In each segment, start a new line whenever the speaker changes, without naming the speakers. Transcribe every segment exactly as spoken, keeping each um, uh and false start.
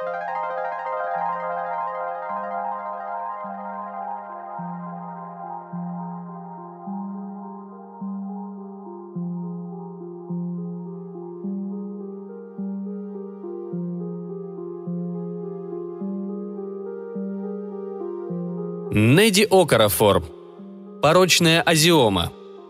Неди Окарафор. Порочная азиома.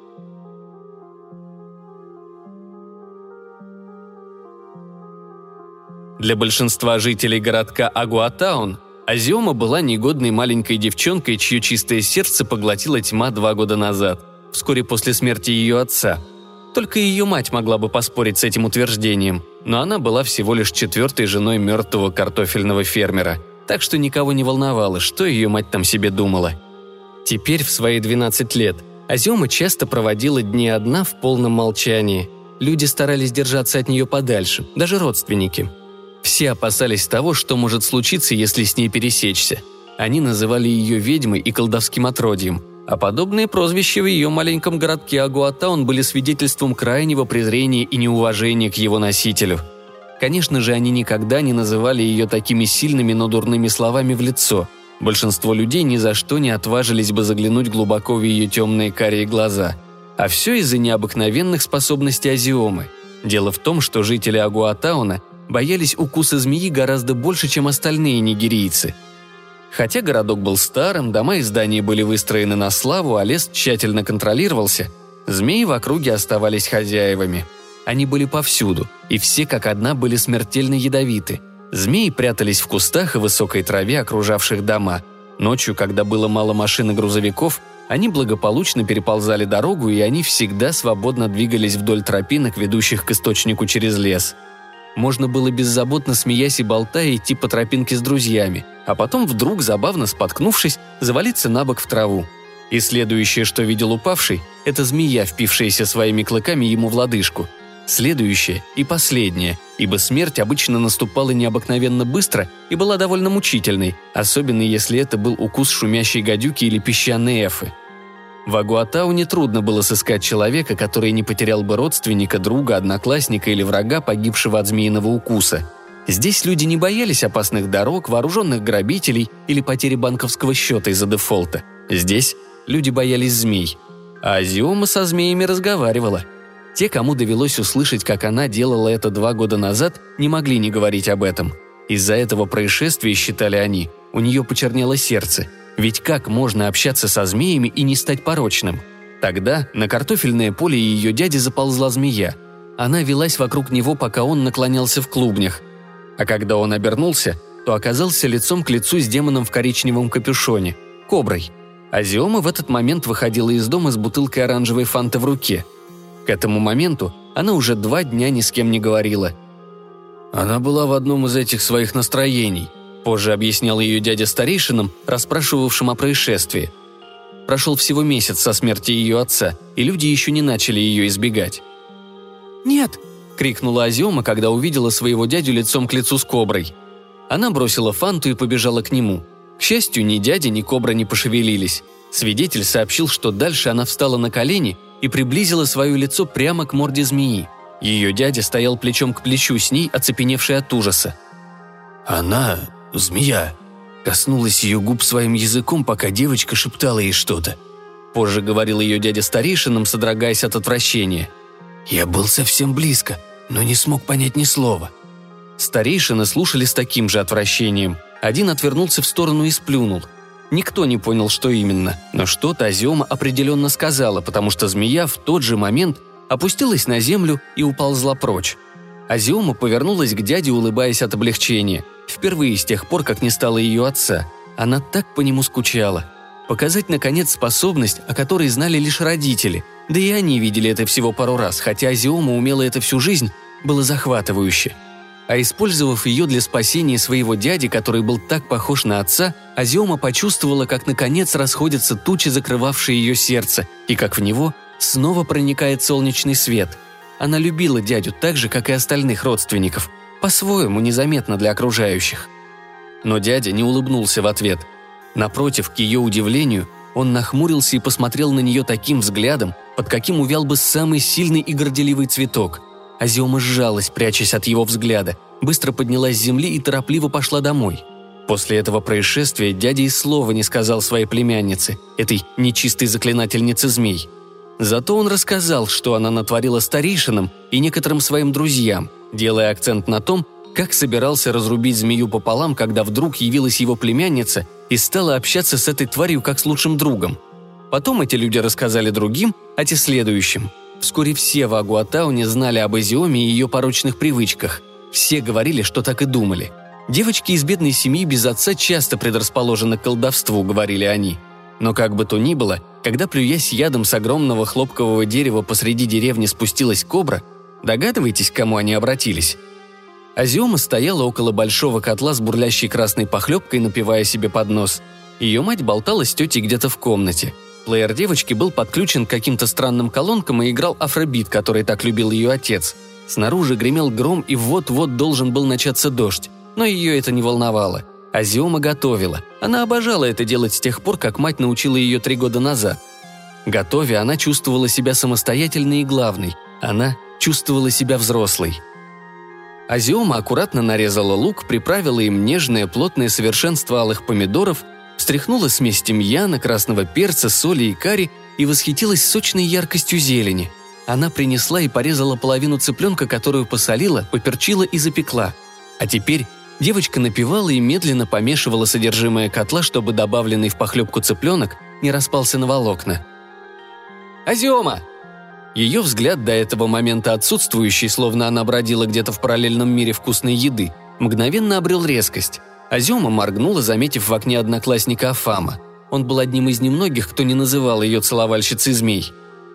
Для большинства жителей городка Агуатаун азиома была негодной маленькой девчонкой, чье чистое сердце поглотила тьма два года назад, вскоре после смерти ее отца. Только ее мать могла бы поспорить с этим утверждением, но она была всего лишь четвертой женой мертвого картофельного фермера, так что никого не волновало, что ее мать там себе думала. Теперь, в свои двенадцать лет, азиома часто проводила дни одна в полном молчании. Люди старались держаться от нее подальше, даже родственники. Все опасались того, что может случиться, если с ней пересечься. Они называли ее ведьмой и колдовским отродьем, а подобные прозвища в ее маленьком городке Агуатаун были свидетельством крайнего презрения и неуважения к его носителю. Конечно же, они никогда не называли ее такими сильными, но дурными словами в лицо. Большинство людей ни за что не отважились бы заглянуть глубоко в ее темные карие глаза. А все из-за необыкновенных способностей азиомы. Дело в том, что жители Агуатауна боялись укуса змеи гораздо больше, чем остальные нигерийцы. Хотя городок был старым, дома и здания были выстроены на славу, а лес тщательно контролировался, змеи в округе оставались хозяевами. Они были повсюду, и все как одна были смертельно ядовиты. Змеи прятались в кустах и высокой траве, окружавших дома. Ночью, когда было мало машин и грузовиков, они благополучно переползали дорогу, и они всегда свободно двигались вдоль тропинок, ведущих к источнику через лес. Можно было беззаботно, смеясь и болтая, идти по тропинке с друзьями, а потом вдруг, забавно споткнувшись, завалиться на бок в траву. И следующее, что видел упавший, это змея, впившаяся своими клыками ему в лодыжку. Следующее и последнее, ибо смерть обычно наступала необыкновенно быстро и была довольно мучительной, особенно если это был укус шумящей гадюки или песчаной эфы. В Агуатауне трудно было сыскать человека, который не потерял бы родственника, друга, одноклассника или врага, погибшего от змеиного укуса. Здесь люди не боялись опасных дорог, вооруженных грабителей или потери банковского счета из-за дефолта. Здесь люди боялись змей. А азиома со змеями разговаривала. Те, кому довелось услышать, как она делала это два года назад, не могли не говорить об этом. Из-за этого происшествия, считали они, у нее почернело сердце. Ведь как можно общаться со змеями и не стать порочным? Тогда на картофельное поле ее дяди заползла змея. Она велась вокруг него, пока он наклонялся в клубнях. А когда он обернулся, то оказался лицом к лицу с демоном в коричневом капюшоне – коброй. Азиома в этот момент выходила из дома с бутылкой оранжевой фанты в руке. К этому моменту она уже два дня ни с кем не говорила. «Она была в одном из этих своих настроений», – позже объяснял ее дядя старейшинам, расспрашивавшим о происшествии. Прошел всего месяц со смерти ее отца, и люди еще не начали ее избегать. «Нет!» – крикнула азиома, когда увидела своего дядю лицом к лицу с коброй. Она бросила фанту и побежала к нему. К счастью, ни дядя, ни кобра не пошевелились. Свидетель сообщил, что дальше она встала на колени и приблизила свое лицо прямо к морде змеи. Ее дядя стоял плечом к плечу с ней, оцепеневший от ужаса. «Она, змея, коснулась ее губ своим языком, пока девочка шептала ей что-то», – позже говорил ее дядя старейшинам, содрогаясь от отвращения. «Я был совсем близко, но не смог понять ни слова». Старейшины слушали с таким же отвращением. Один отвернулся в сторону и сплюнул. Никто не понял, что именно, но что-то азиома определенно сказала, потому что змея в тот же момент опустилась на землю и уползла прочь. Азиома повернулась к дяде, улыбаясь от облегчения. Впервые с тех пор, как не стало ее отца. Она так по нему скучала. Показать, наконец, способность, о которой знали лишь родители. Да и они видели это всего пару раз, хотя азиома умела это всю жизнь, было захватывающе. А использовав ее для спасения своего дяди, который был так похож на отца, азиома почувствовала, как наконец расходятся тучи, закрывавшие ее сердце, и как в него снова проникает солнечный свет. Она любила дядю так же, как и остальных родственников, по-своему незаметно для окружающих. Но дядя не улыбнулся в ответ. Напротив, к ее удивлению, он нахмурился и посмотрел на нее таким взглядом, под каким увял бы самый сильный и горделивый цветок. Азиома сжалась, прячась от его взгляда, быстро поднялась с земли и торопливо пошла домой. После этого происшествия дядя и слова не сказал своей племяннице, этой нечистой заклинательнице змей. Зато он рассказал, что она натворила старейшинам и некоторым своим друзьям, делая акцент на том, как собирался разрубить змею пополам, когда вдруг явилась его племянница и стала общаться с этой тварью как с лучшим другом. Потом эти люди рассказали другим, а те следующим. Вскоре все в Агуатауне знали об Азиоме и ее порочных привычках. Все говорили, что так и думали. «Девочки из бедной семьи без отца часто предрасположены к колдовству», — говорили они. Но как бы то ни было, когда, плюясь ядом с огромного хлопкового дерева посреди деревни спустилась кобра, догадываетесь, к кому они обратились? Азиома стояла около большого котла с бурлящей красной похлебкой, напивая себе под нос. Ее мать болтала с тетей где-то в комнате. Плеер девочки был подключен к каким-то странным колонкам и играл афробит, который так любил ее отец. Снаружи гремел гром, и вот-вот должен был начаться дождь. Но ее это не волновало. Азиома готовила. Она обожала это делать с тех пор, как мать научила ее три года назад. Готовя, она чувствовала себя самостоятельной и главной. Она чувствовала себя взрослой. Азиома аккуратно нарезала лук, приправила им нежное, плотное совершенство алых помидоров, встряхнула смесь тимьяна, красного перца, соли и карри и восхитилась сочной яркостью зелени. Она принесла и порезала половину цыпленка, которую посолила, поперчила и запекла. А теперь девочка напевала и медленно помешивала содержимое котла, чтобы добавленный в похлебку цыпленок не распался на волокна. «Азиома!» Ее взгляд, до этого момента отсутствующий, словно она бродила где-то в параллельном мире вкусной еды, мгновенно обрел резкость. Азиома моргнула, заметив в окне одноклассника Афама. Он был одним из немногих, кто не называл ее целовальщицей змей.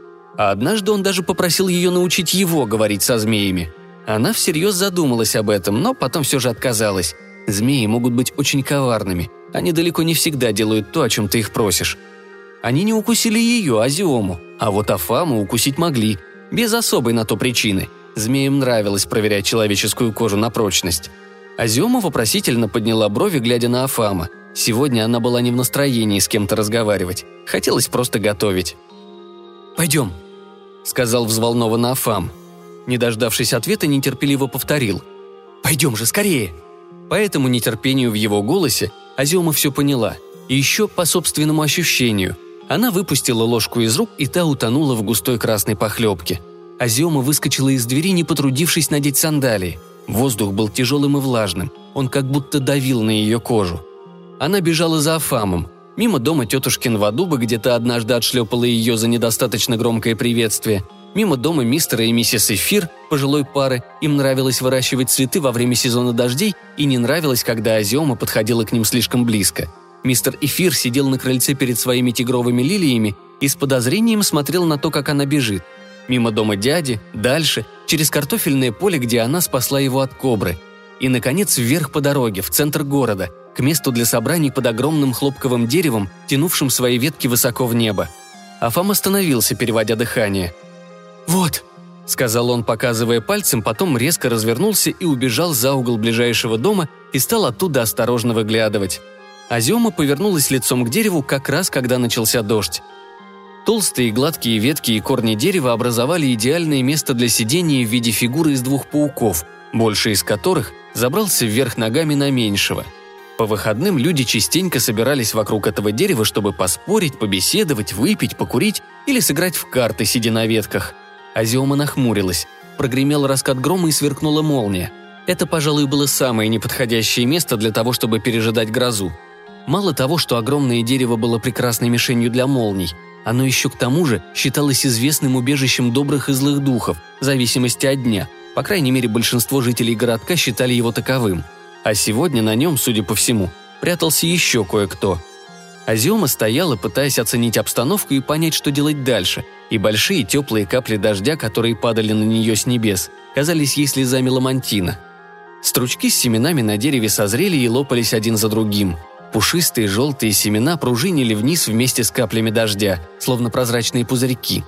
А однажды он даже попросил ее научить его говорить со змеями. Она всерьез задумалась об этом, но потом все же отказалась. Змеи могут быть очень коварными. Они далеко не всегда делают то, о чем ты их просишь. Они не укусили ее, Азиому, а вот Афаму укусить могли, без особой на то причины. Змеям нравилось проверять человеческую кожу на прочность. Азиома вопросительно подняла брови, глядя на Афама. Сегодня она была не в настроении с кем-то разговаривать. Хотелось просто готовить. «Пойдем», — сказал взволнованно Афам. Не дождавшись ответа, нетерпеливо повторил. «Пойдем же, скорее!» По этому нетерпению в его голосе Азиома все поняла. И еще по собственному ощущению. Она выпустила ложку из рук, и та утонула в густой красной похлебке. Азиома выскочила из двери, не потрудившись надеть сандалии. Воздух был тяжелым и влажным. Он как будто давил на ее кожу. Она бежала за Афамом. Мимо дома тетушкин Вадуба, где-то однажды отшлепала ее за недостаточно громкое приветствие. Мимо дома мистера и миссис Эфир, пожилой пары, им нравилось выращивать цветы во время сезона дождей и не нравилось, когда Азиома подходила к ним слишком близко. Мистер Эфир сидел на крыльце перед своими тигровыми лилиями и с подозрением смотрел на то, как она бежит. Мимо дома дяди, дальше, через картофельное поле, где она спасла его от кобры. И, наконец, вверх по дороге, в центр города, к месту для собраний под огромным хлопковым деревом, тянувшим свои ветки высоко в небо. Афам остановился, переводя дыхание. «Вот», — сказал он, показывая пальцем, потом резко развернулся и убежал за угол ближайшего дома и стал оттуда осторожно выглядывать. Азиома повернулась лицом к дереву как раз, когда начался дождь. Толстые гладкие ветки и корни дерева образовали идеальное место для сидения в виде фигуры из двух пауков, больший из которых забрался вверх ногами на меньшего. По выходным люди частенько собирались вокруг этого дерева, чтобы поспорить, побеседовать, выпить, покурить или сыграть в карты, сидя на ветках. Азиома нахмурилась. Прогремел раскат грома и сверкнула молния. Это, пожалуй, было самое неподходящее место для того, чтобы пережидать грозу. Мало того, что огромное дерево было прекрасной мишенью для молний, оно еще к тому же считалось известным убежищем добрых и злых духов, в зависимости от дня. По крайней мере, большинство жителей городка считали его таковым. А сегодня на нем, судя по всему, прятался еще кое-кто. Азиома стояла, пытаясь оценить обстановку и понять, что делать дальше, и большие теплые капли дождя, которые падали на нее с небес, казались ей слезами ламантина. Стручки с семенами на дереве созрели и лопались один за другим. Пушистые желтые семена пружинили вниз вместе с каплями дождя, словно прозрачные пузырьки.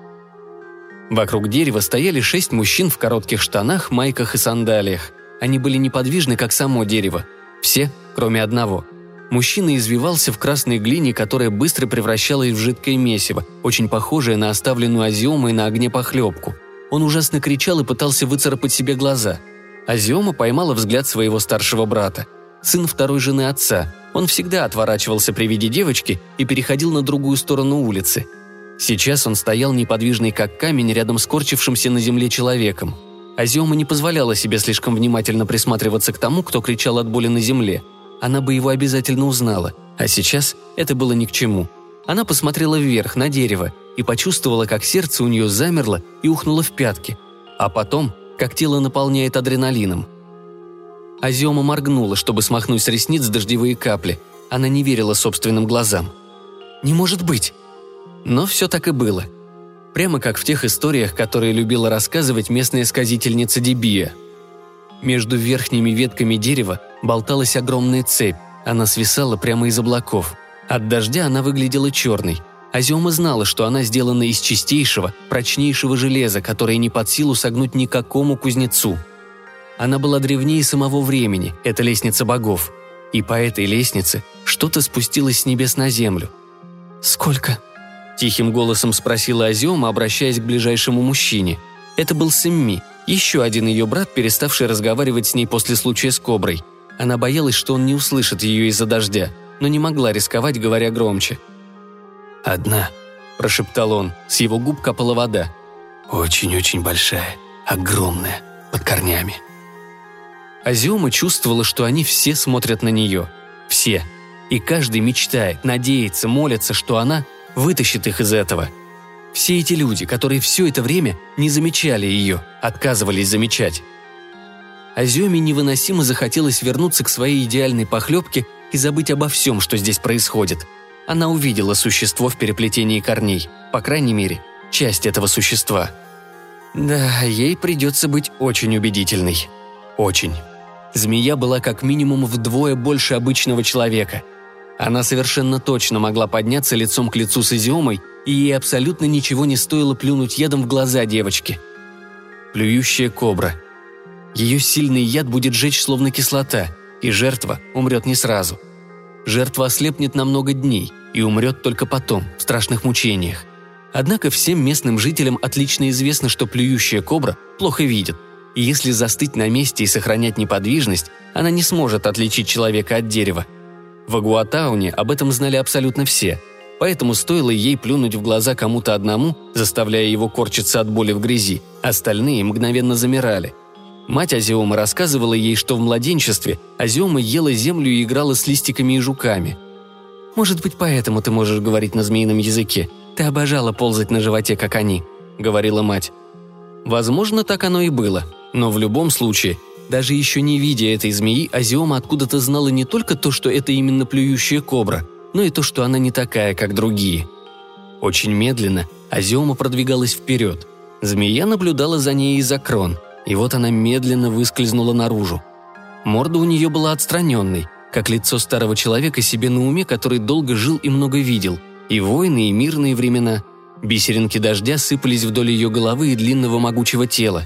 Вокруг дерева стояли шесть мужчин в коротких штанах, майках и сандалиях. Они были неподвижны, как само дерево. Все, кроме одного. Мужчина извивался в красной глине, которая быстро превращалась в жидкое месиво, очень похожее на оставленную Азиомой на огне похлебку. Он ужасно кричал и пытался выцарапать себе глаза. Азиома поймала взгляд своего старшего брата. Сын второй жены отца. Он всегда отворачивался при виде девочки и переходил на другую сторону улицы. Сейчас он стоял неподвижный как камень рядом с корчившимся на земле человеком. Азиома не позволяла себе слишком внимательно присматриваться к тому, кто кричал от боли на земле. Она бы его обязательно узнала, а сейчас это было ни к чему. Она посмотрела вверх, на дерево, и почувствовала, как сердце у нее замерло и ухнуло в пятки, а потом, как тело наполняет адреналином. Азиома моргнула, чтобы смахнуть с ресниц дождевые капли. Она не верила собственным глазам. «Не может быть!» Но все так и было. Прямо как в тех историях, которые любила рассказывать местная сказительница Дебия. Между верхними ветками дерева болталась огромная цепь, она свисала прямо из облаков. От дождя она выглядела черной. Азиома знала, что она сделана из чистейшего, прочнейшего железа, которое не под силу согнуть никакому кузнецу. Она была древнее самого времени, это лестница богов. И по этой лестнице что-то спустилось с небес на землю. «Сколько?» – тихим голосом спросила Азиома, обращаясь к ближайшему мужчине. Это был Сэмми, еще один ее брат, переставший разговаривать с ней после случая с коброй. Она боялась, что он не услышит ее из-за дождя, но не могла рисковать, говоря громче.
«Одна», – прошептал он, с его губ капала вода. «Очень-очень большая, огромная, под корнями».
Азиома чувствовала, что они все смотрят на нее. Все. И каждый мечтает, надеется, молится, что она вытащит их из этого. Все эти люди, которые все это время не замечали ее, отказывались замечать. Азиоме невыносимо захотелось вернуться к своей идеальной похлебке и забыть обо всем, что здесь происходит. Она увидела существо в переплетении корней, по крайней мере, часть этого существа. Да, ей придется быть очень убедительной. Очень. Змея была как минимум вдвое больше обычного человека. Она совершенно точно могла подняться лицом к лицу с Азиомой, и ей абсолютно ничего не стоило плюнуть ядом в глаза девочки. Плюющая кобра. Ее сильный яд будет жечь словно кислота, и жертва умрет не сразу. Жертва ослепнет на много дней и умрет только потом, в страшных мучениях. Однако всем местным жителям отлично известно, что плюющая кобра плохо видит, и если застыть на месте и сохранять неподвижность, она не сможет отличить человека от дерева. В Агуатауне об этом знали абсолютно все, поэтому стоило ей плюнуть в глаза кому-то одному, заставляя его корчиться от боли в грязи, остальные мгновенно замирали. Мать Азиомы рассказывала ей, что в младенчестве Азиома ела землю и играла с листиками и жуками. «Может быть, поэтому ты можешь говорить на змеином языке. Ты обожала ползать на животе, как они», — говорила мать. Возможно, так оно и было, но в любом случае, даже еще не видя этой змеи, Азиома откуда-то знала не только то, что это именно плюющая кобра, но и то, что она не такая, как другие. Очень медленно Азиома продвигалась вперед. Змея наблюдала за ней из-за крон, и вот она медленно выскользнула наружу. Морда у нее была отстраненной, как лицо старого человека себе на уме, который долго жил и много видел, и войны, и мирные времена. Бисеринки дождя сыпались вдоль ее головы и длинного могучего тела.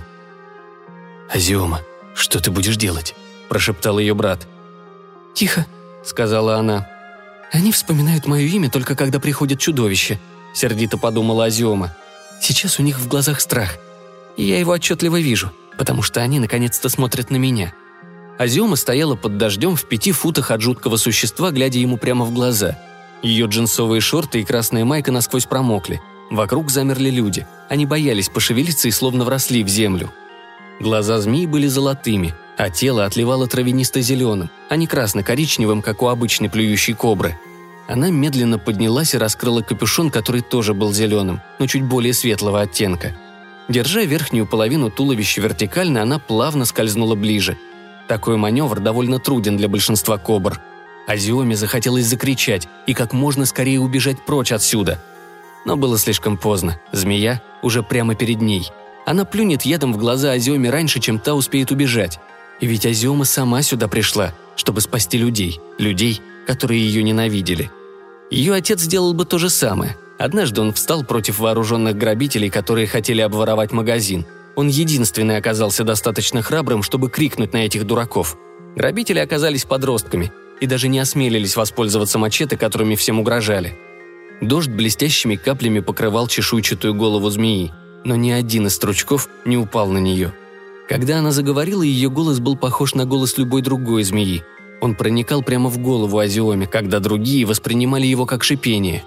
«Азиома, что ты будешь делать?» – прошептал ее брат.
«Тихо», – сказала она. «Они вспоминают мое имя только когда приходят чудовища», – сердито подумала Азиома. «Сейчас у них в глазах страх, и я его отчетливо вижу, потому что они наконец-то смотрят на меня». Азиома стояла под дождем в пяти футах от жуткого существа, глядя ему прямо в глаза. Ее джинсовые шорты и красная майка насквозь промокли. Вокруг замерли люди. Они боялись пошевелиться и словно вросли в землю. Глаза змеи были золотыми, а тело отливало травянисто-зеленым, а не красно-коричневым, как у обычной плюющей кобры. Она медленно поднялась и раскрыла капюшон, который тоже был зеленым, но чуть более светлого оттенка. Держа верхнюю половину туловища вертикально, она плавно скользнула ближе. Такой маневр довольно труден для большинства кобр. Азиоме захотелось закричать и как можно скорее убежать прочь отсюда. Но было слишком поздно. Змея уже прямо перед ней. Она плюнет ядом в глаза Азиоме раньше, чем та успеет убежать. И ведь Азиома сама сюда пришла, чтобы спасти людей. Людей, которые ее ненавидели. Ее отец сделал бы то же самое. Однажды он встал против вооруженных грабителей, которые хотели обворовать магазин. Он единственный оказался достаточно храбрым, чтобы крикнуть на этих дураков. Грабители оказались подростками и даже не осмелились воспользоваться мачете, которыми всем угрожали. Дождь блестящими каплями покрывал чешуйчатую голову змеи, но ни один из стручков не упал на нее. Когда она заговорила, ее голос был похож на голос любой другой змеи. Он проникал прямо в голову Азиоме, когда другие воспринимали его как шипение.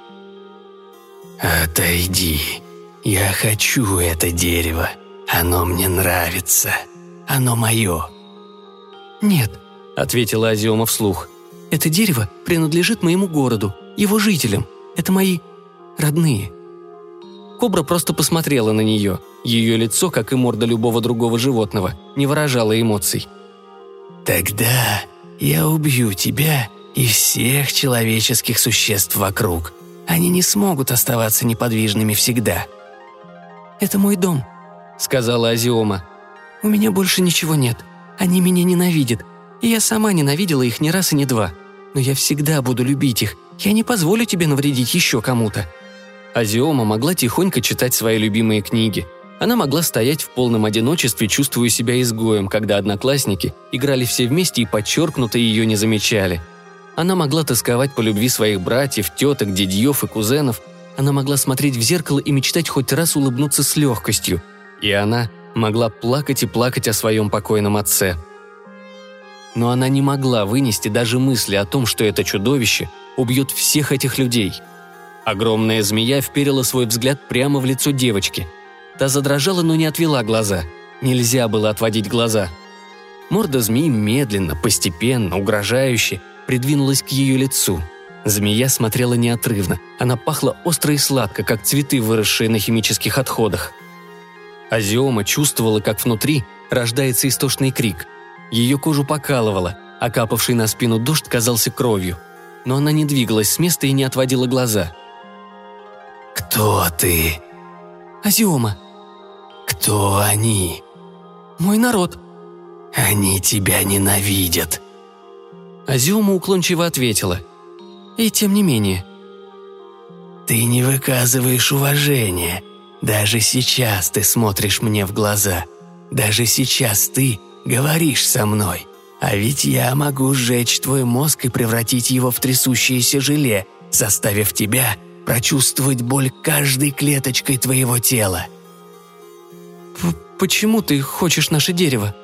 «Отойди. Я хочу это дерево. Оно мне нравится. Оно мое».
«Нет», — ответила Азиома вслух. «Это дерево принадлежит моему городу, его жителям. Это мои родные». Кобра просто посмотрела на нее. Ее лицо, как и морда любого другого животного, не выражало эмоций.
«Тогда я убью тебя и всех человеческих существ вокруг. Они не смогут оставаться неподвижными всегда».
«Это мой дом», — сказала Азиома. «У меня больше ничего нет. Они меня ненавидят. И я сама ненавидела их не раз и не два. Но я всегда буду любить их. Я не позволю тебе навредить еще кому-то». Азиома могла тихонько читать свои любимые книги. Она могла стоять в полном одиночестве, чувствуя себя изгоем, когда одноклассники играли все вместе и подчеркнуто ее не замечали. Она могла тосковать по любви своих братьев, теток, дядьев и кузенов. Она могла смотреть в зеркало и мечтать хоть раз улыбнуться с легкостью. И она могла плакать и плакать о своем покойном отце. Но она не могла вынести даже мысли о том, что это чудовище убьет всех этих людей. Огромная змея вперила свой взгляд прямо в лицо девочки. Та задрожала, но не отвела глаза. Нельзя было отводить глаза. Морда змеи медленно, постепенно, угрожающе придвинулась к ее лицу. Змея смотрела неотрывно. Она пахла остро и сладко, как цветы, выросшие на химических отходах. Азиома чувствовала, как внутри рождается истошный крик. Ее кожу покалывало, а капавший на спину дождь казался кровью. Но она не двигалась с места и не отводила глаза.
«Кто ты?»
«Азиома».
«Кто они?»
«Мой народ».
«Они тебя ненавидят».
Азиома уклончиво ответила. «И тем не менее».
«Ты не выказываешь уважения. Даже сейчас ты смотришь мне в глаза. Даже сейчас ты говоришь со мной. А ведь я могу сжечь твой мозг и превратить его в трясущееся желе, заставив тебя прочувствовать боль каждой клеточкой твоего тела».
«Почему ты хочешь наше дерево?»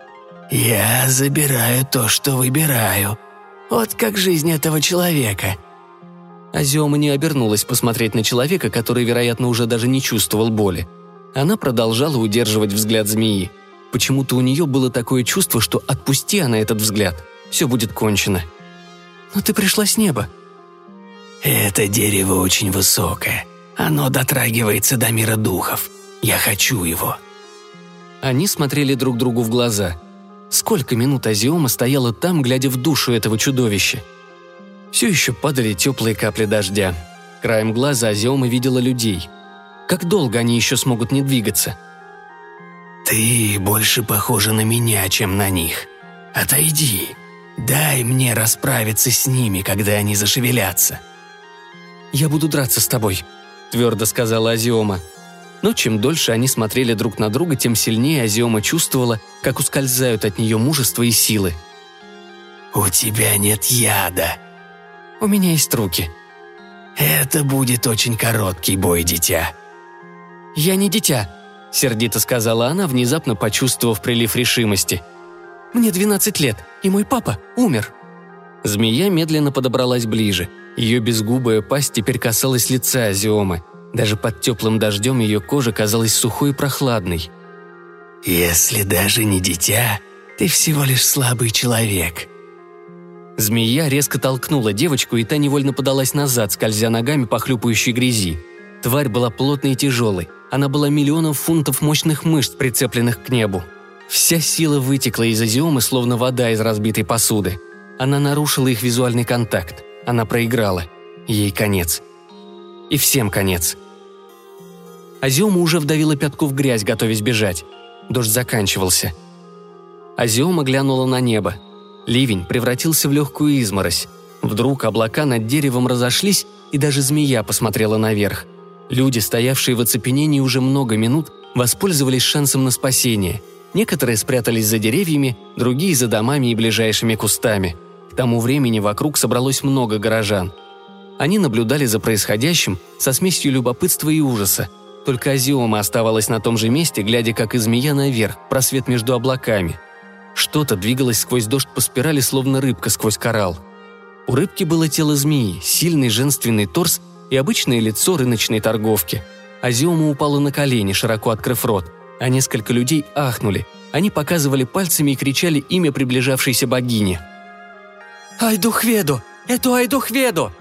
«Я забираю то, что выбираю. Вот как жизнь этого человека».
Азиома не обернулась посмотреть на человека, который, вероятно, уже даже не чувствовал боли. Она продолжала удерживать взгляд змеи. Почему-то у нее было такое чувство, что отпусти она этот взгляд, все будет кончено. «Но ты пришла с неба».
«Это дерево очень высокое. Оно дотрагивается до мира духов. Я хочу его».
Они смотрели друг другу в глаза. Сколько минут Азиома стояла там, глядя в душу этого чудовища. Все еще падали теплые капли дождя. Краем глаза Азиома видела людей. Как долго они еще смогут не двигаться?
«Ты больше похожа на меня, чем на них. Отойди. Дай мне расправиться с ними, когда они зашевелятся».
«Я буду драться с тобой», – твердо сказала Азиома. Но чем дольше они смотрели друг на друга, тем сильнее Азиома чувствовала, как ускользают от нее мужество и силы.
«У тебя нет яда».
«У меня есть руки».
«Это будет очень короткий бой, дитя».
«Я не дитя», – сердито сказала она, внезапно почувствовав прилив решимости. «Мне двенадцать лет, и мой папа умер». Змея медленно подобралась ближе. Ее безгубая пасть теперь касалась лица Азиомы. Даже под теплым дождем ее кожа казалась сухой и прохладной.
«Если даже не дитя, ты всего лишь слабый человек».
Змея резко толкнула девочку, и та невольно подалась назад, скользя ногами по хлюпающей грязи. Тварь была плотной и тяжелой. Она была миллионом фунтов мощных мышц, прицепленных к небу. Вся сила вытекла из Азиомы, словно вода из разбитой посуды. Она нарушила их визуальный контакт. Она проиграла. Ей конец. И всем конец. Азиома уже вдавила пятку в грязь, готовясь бежать. Дождь заканчивался. Азиома глянула на небо. Ливень превратился в легкую изморозь. Вдруг облака над деревом разошлись, и даже змея посмотрела наверх. Люди, стоявшие в оцепенении уже много минут, воспользовались шансом на спасение. Некоторые спрятались за деревьями, другие – за домами и ближайшими кустами. К тому времени вокруг собралось много горожан. Они наблюдали за происходящим со смесью любопытства и ужаса. Только Азиома оставалась на том же месте, глядя, как и змея наверх, просвет между облаками. Что-то двигалось сквозь дождь по спирали, словно рыбка сквозь коралл. У рыбки было тело змеи, сильный женственный торс и обычное лицо рыночной торговки. Азиома упала на колени, широко открыв рот, а несколько людей ахнули. Они показывали пальцами и кричали имя приближавшейся богини. «Айдохведо! Это Айдохведо!»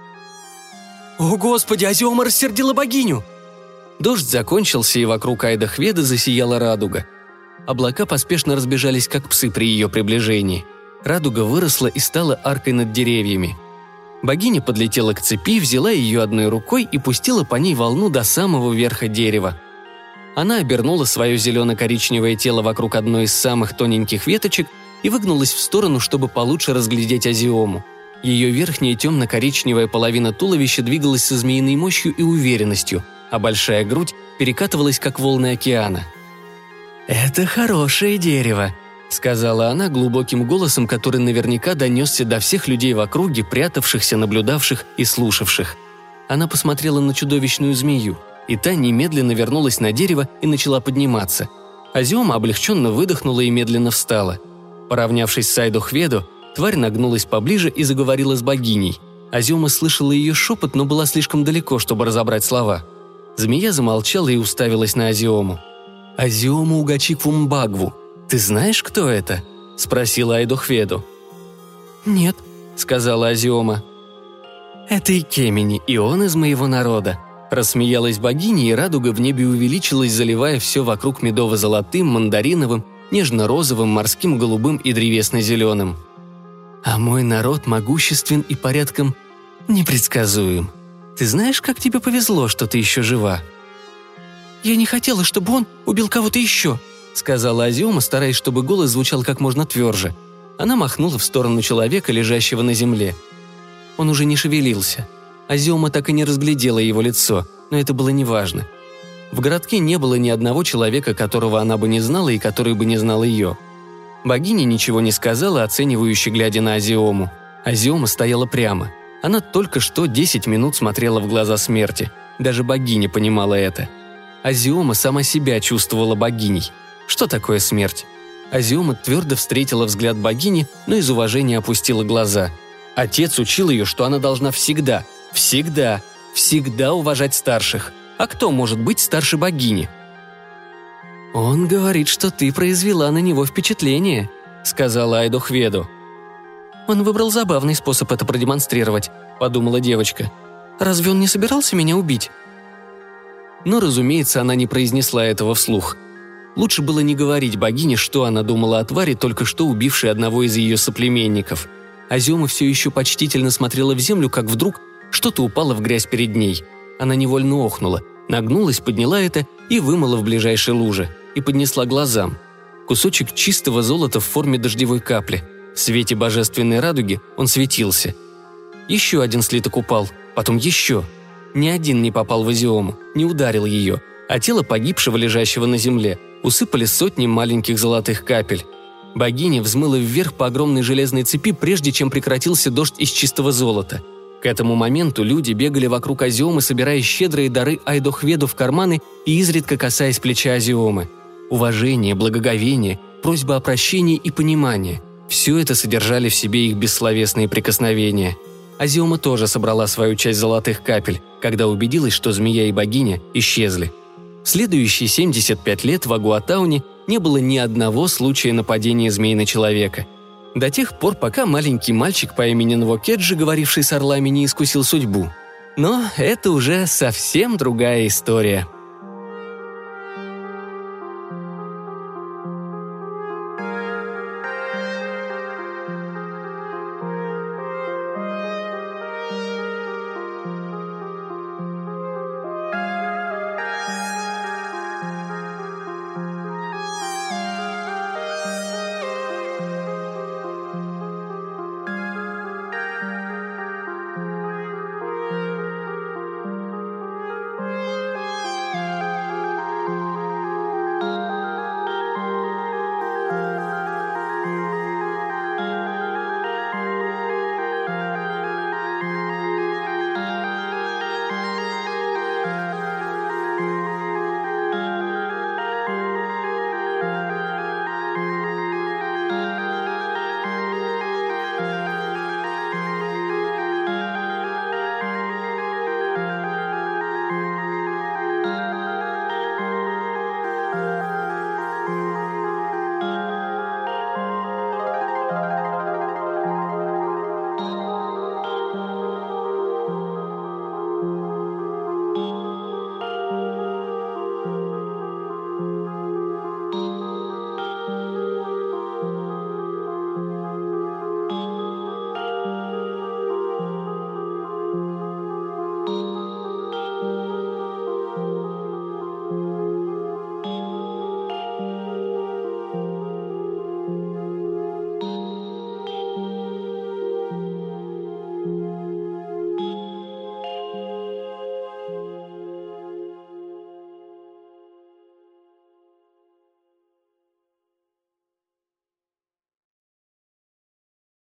«О, Господи, Азиома рассердила богиню!» Дождь закончился, и вокруг Айдохведы засияла радуга. Облака поспешно разбежались, как псы при ее приближении. Радуга выросла и стала аркой над деревьями. Богиня подлетела к цепи, взяла ее одной рукой и пустила по ней волну до самого верха дерева. Она обернула свое зелено-коричневое тело вокруг одной из самых тоненьких веточек и выгнулась в сторону, чтобы получше разглядеть Азиому. Ее верхняя темно-коричневая половина туловища двигалась со змеиной мощью и уверенностью, а большая грудь перекатывалась, как волны океана. «Это хорошее дерево», — сказала она глубоким голосом, который наверняка донесся до всех людей в округе, прятавшихся, наблюдавших и слушавших. Она посмотрела на чудовищную змею, и та немедленно вернулась на дерево и начала подниматься. Азиома облегченно выдохнула и медленно встала. Поравнявшись с Айдохведо, тварь нагнулась поближе и заговорила с богиней. Азиома слышала ее шепот, но была слишком далеко, чтобы разобрать слова. Змея замолчала и уставилась на Азиому. «Азиома Угачиквумбагву, ты знаешь, кто это?» – спросила Айдохведо. «Нет», – сказала Азиома. «Это Икемени, и он из моего народа». Рассмеялась богиня, и радуга в небе увеличилась, заливая все вокруг медово-золотым, мандариновым, нежно-розовым, морским голубым и древесно-зеленым. «А мой народ могуществен и порядком непредсказуем. Ты знаешь, как тебе повезло, что ты еще жива?» «Я не хотела, чтобы он убил кого-то еще», — сказала Азиома, стараясь, чтобы голос звучал как можно тверже. Она махнула в сторону человека, лежащего на земле. Он уже не шевелился. Азиома так и не разглядела его лицо, но это было неважно. В городке не было ни одного человека, которого она бы не знала и который бы не знал ее. Богиня ничего не сказала, оценивающе глядя на Азиому. Азиома стояла прямо. Она только что десять минут смотрела в глаза смерти. Даже богиня понимала это. Азиома сама себя чувствовала богиней. Что такое смерть? Азиома твердо встретила взгляд богини, но из уважения опустила глаза. Отец учил ее, что она должна всегда, всегда, всегда уважать старших. А кто может быть старше богини? «Он говорит, что ты произвела на него впечатление», — сказала Айдохведо. «Он выбрал забавный способ это продемонстрировать», — подумала девочка. «Разве он не собирался меня убить?» Но, разумеется, она не произнесла этого вслух. Лучше было не говорить богине, что она думала о твари, только что убившей одного из ее соплеменников. Азиома все еще почтительно смотрела в землю, как вдруг что-то упало в грязь перед ней. Она невольно охнула, нагнулась, подняла это и вымыла в ближайшей луже, и поднесла глазам. Кусочек чистого золота в форме дождевой капли. В свете божественной радуги он светился. Еще один слиток упал, потом еще. Ни один не попал в Азиому, не ударил ее, а тело погибшего, лежащего на земле, усыпали сотни маленьких золотых капель. Богиня взмыла вверх по огромной железной цепи, прежде чем прекратился дождь из чистого золота. К этому моменту люди бегали вокруг Азиомы, собирая щедрые дары Айдохведо в карманы и изредка касаясь плеча Азиомы. Уважение, благоговение, просьба о прощении и понимание – все это содержали в себе их бессловесные прикосновения. Азиома тоже собрала свою часть золотых капель, когда убедилась, что змея и богиня исчезли. В следующие семьдесят пять лет в Агуатауне не было ни одного случая нападения змей на человека. До тех пор, пока маленький мальчик по имени Нвокеджи, говоривший с орлами, не искусил судьбу. Но это уже совсем другая история.